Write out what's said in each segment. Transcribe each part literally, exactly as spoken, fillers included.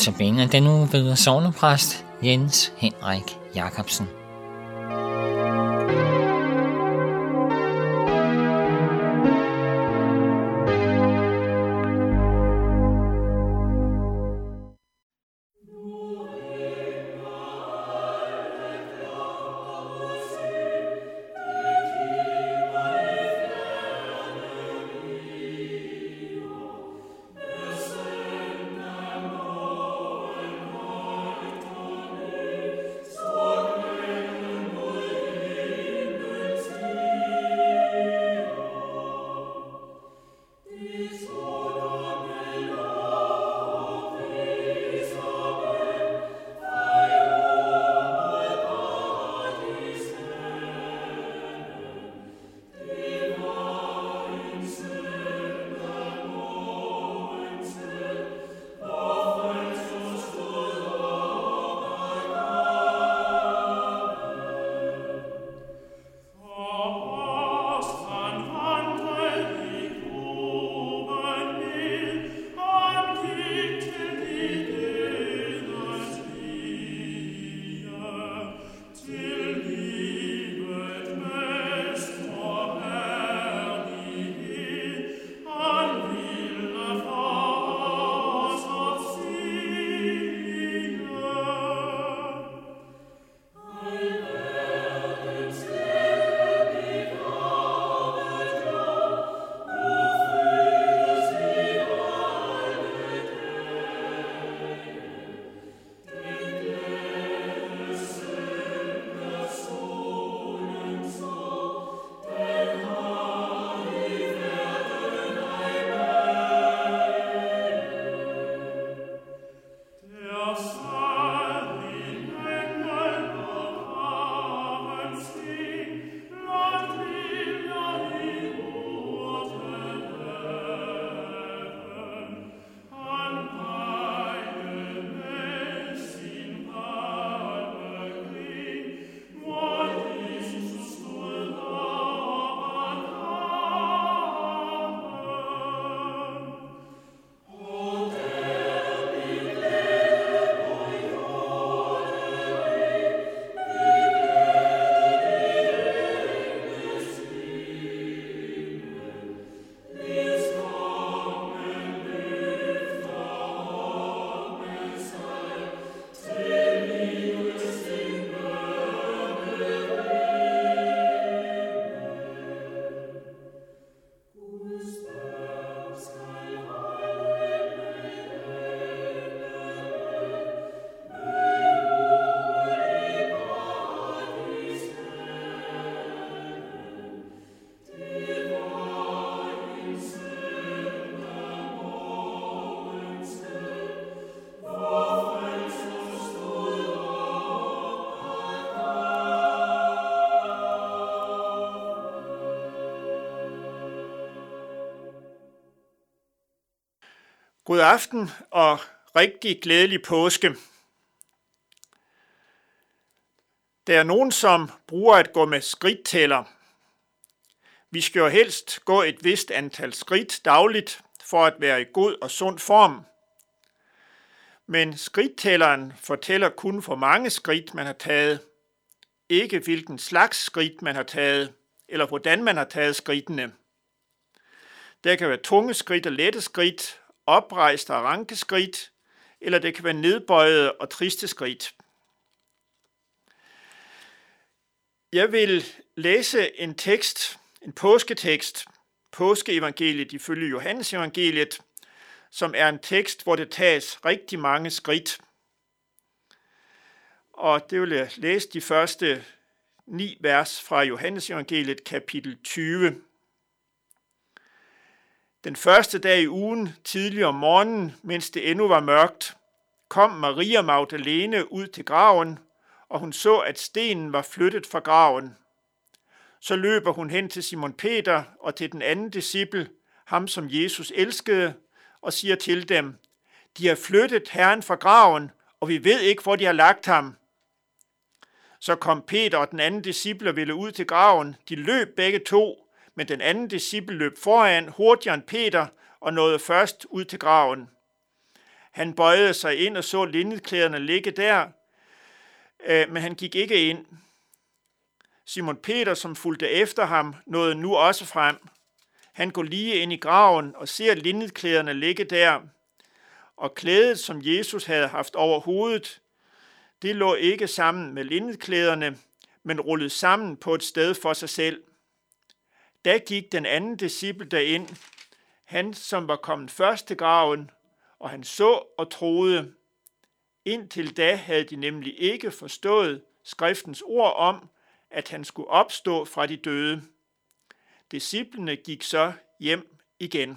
Notabene den nu ved sognepræst Jens Henrik Jacobsen. God aften og rigtig glædelig påske. Der er nogen, som bruger at gå med skridttæller. Vi skal jo helst gå et vist antal skridt dagligt for at være i god og sund form. Men skridttælleren fortæller kun, hvor mange skridt man har taget, ikke hvilken slags skridt man har taget, eller hvordan man har taget skridtene. Der kan være tunge skridt og lette skridt, oprejste og ranke skridt, eller det kan være nedbøjede og triste skridt. Jeg vil læse en tekst, en påsketekst, påskeevangeliet ifølge Johannes evangeliet, som er en tekst, hvor det tages rigtig mange skridt. Og det vil jeg læse de første ni vers fra Johannes evangeliet, kapitel tyve. Den første dag i ugen, tidlig om morgenen, mens det endnu var mørkt, kom Maria Magdalene ud til graven, og hun så, at stenen var flyttet fra graven. Så løber hun hen til Simon Peter og til den anden disciple, ham som Jesus elskede, og siger til dem, de har flyttet Herren fra graven, og vi ved ikke, hvor de har lagt ham. Så kom Peter og den anden disciple og ville ud til graven. De løb begge to, men den anden disciple løb foran hurtigere end Peter og nåede først ud til graven. Han bøjede sig ind og så linnedklæderne ligge der, men han gik ikke ind. Simon Peter, som fulgte efter ham, nåede nu også frem. Han går lige ind i graven og ser linnedklæderne ligge der, og klædet, som Jesus havde haft over hovedet, det lå ikke sammen med linnedklæderne, men rullet sammen på et sted for sig selv. Da gik den anden disciple derind, han som var kommet først til graven, og han så og troede. Indtil da havde de nemlig ikke forstået skriftens ord om, at han skulle opstå fra de døde. Disciplene gik så hjem igen.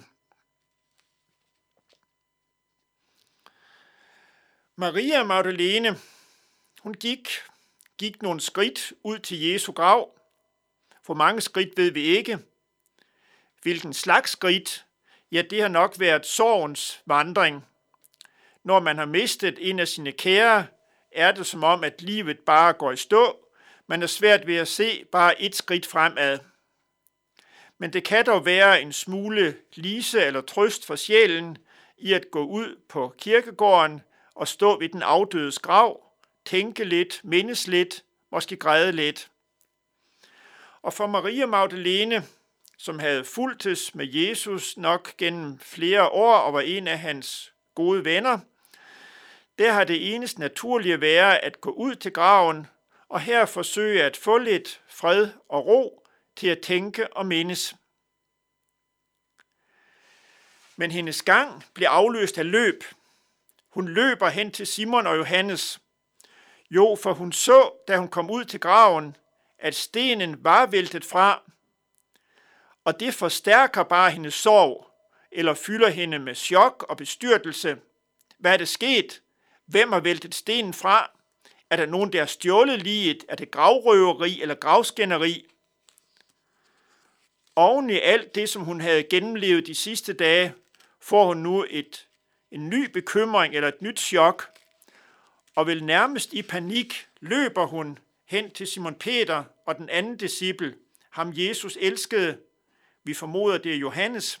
Maria Magdalene, hun gik, gik nogle skridt ud til Jesu grav. Hvor mange skridt ved vi ikke. Hvilken slags skridt? Ja, det har nok været sorgens vandring. Når man har mistet en af sine kære, er det som om, at livet bare går i stå. Man er svært ved at se bare et skridt fremad. Men det kan dog være en smule lise eller trøst for sjælen i at gå ud på kirkegården og stå ved den afdødes grav, tænke lidt, mindes lidt, måske græde lidt. Og for Maria Magdalene, som havde fulgtes med Jesus nok gennem flere år og var en af hans gode venner, der har det eneste naturlige været at gå ud til graven og her forsøge at få lidt fred og ro til at tænke og mindes. Men hendes gang bliver afløst af løb. Hun løber hen til Simon og Johannes. Jo, for hun så, da hun kom ud til graven, at stenen var væltet fra, og det forstærker bare hendes sorg, eller fylder hende med chok og bestyrtelse. Hvad er det sket? Hvem har væltet stenen fra? Er der nogen, der har stjålet liget? Er det gravrøveri eller gravskænderi? Oven i alt det, som hun havde gennemlevet de sidste dage, får hun nu et, en ny bekymring eller et nyt chok, og vel nærmest i panik løber hun hen til Simon Peter og den anden disciple, ham Jesus elskede. Vi formoder, det er Johannes.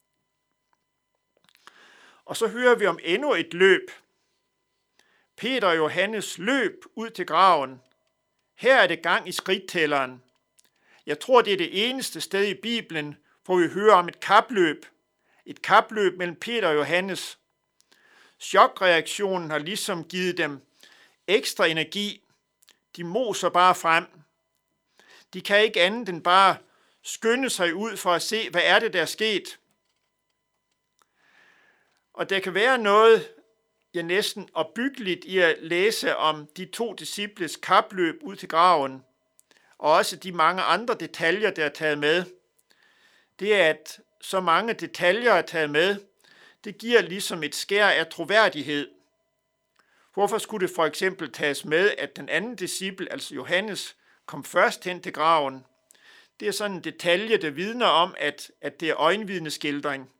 Og så hører vi om endnu et løb. Peter og Johannes løb ud til graven. Her er det gang i skridttælleren. Jeg tror, det er det eneste sted i Bibelen, hvor vi hører om et kapløb. Et kapløb mellem Peter og Johannes. Chokreaktionen har ligesom givet dem ekstra energi. De moser bare frem. De kan ikke andet end bare skynde sig ud for at se, hvad er det, der er sket. Og der kan være noget, ja næsten opbyggeligt i at læse om de to disciples kapløb ud til graven, og også de mange andre detaljer, der er taget med. Det er, at så mange detaljer er taget med, det giver ligesom et skær af troværdighed. Hvorfor skulle det for eksempel tages med, at den anden disciple, altså Johannes, kom først hen til graven? Det er sådan en detalje, der vidner om, at, at det er øjenvidneskildring.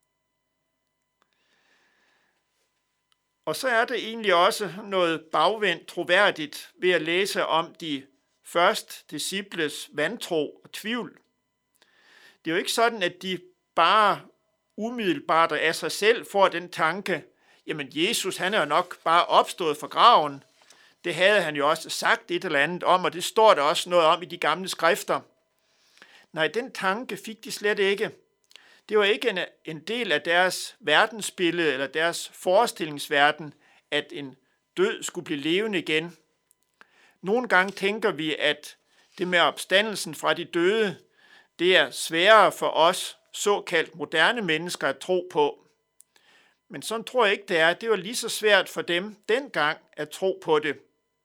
Og så er det egentlig også noget bagvendt troværdigt ved at læse om de første disciples vantro og tvivl. Det er jo ikke sådan, at de bare umiddelbart af sig selv får den tanke, jamen Jesus, han er jo nok bare opstået fra graven. Det havde han jo også sagt et eller andet om, og det står der også noget om i de gamle skrifter. Nej, den tanke fik de slet ikke. Det var ikke en, en del af deres verdensbillede eller deres forestillingsverden, at en død skulle blive levende igen. Nogle gange tænker vi, at det med opstandelsen fra de døde, det er sværere for os såkaldt moderne mennesker at tro på. Men sådan tror jeg ikke, det er. Det var lige så svært for dem dengang at tro på det.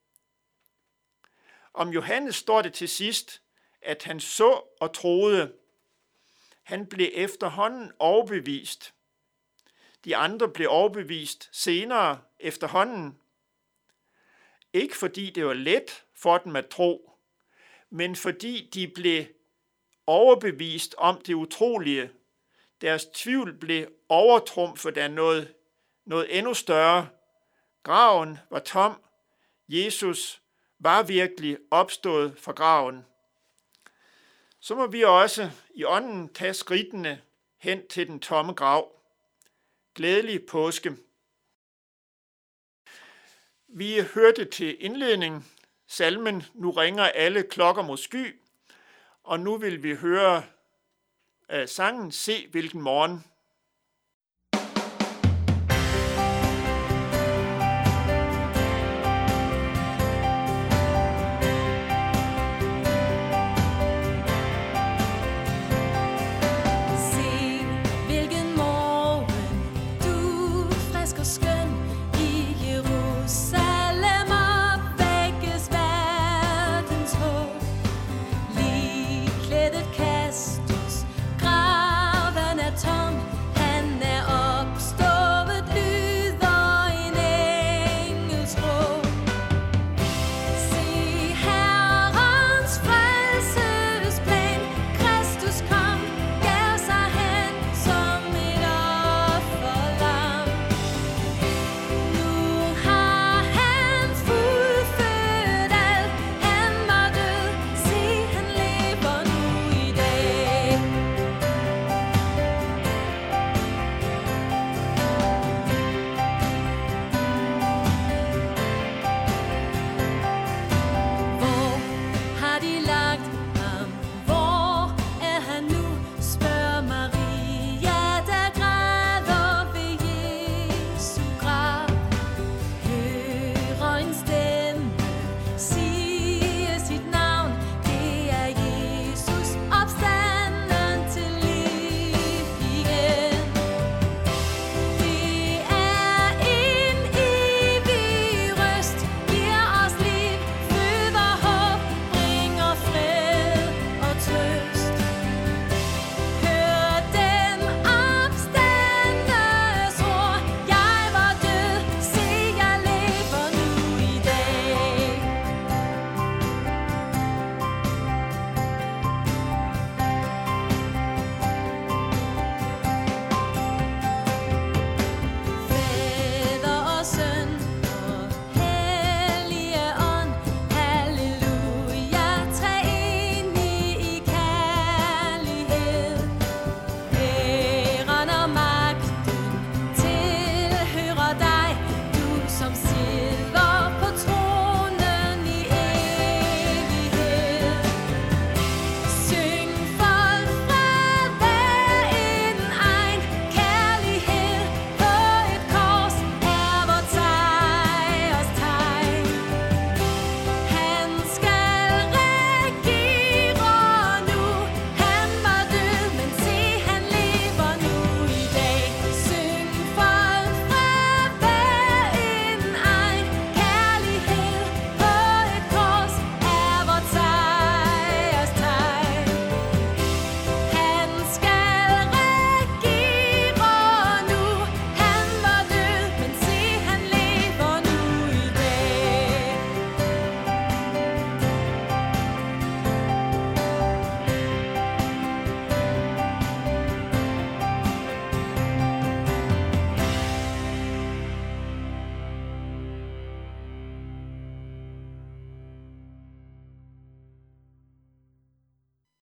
Om Johannes står det til sidst, at han så og troede. Han blev efterhånden overbevist. De andre blev overbevist senere efterhånden. Ikke fordi det var let for dem at tro, men fordi de blev overbevist om det utrolige. Deres tvivl blev overtrumfet af noget, noget endnu større. Graven var tom. Jesus var virkelig opstået fra graven. Så må vi også i ånden tage skridtene hen til den tomme grav. Glædelig påske. Vi hørte til indledning salmen "Nu ringer alle klokker mod sky", og nu vil vi høre uh, sangen "Se hvilken morgen".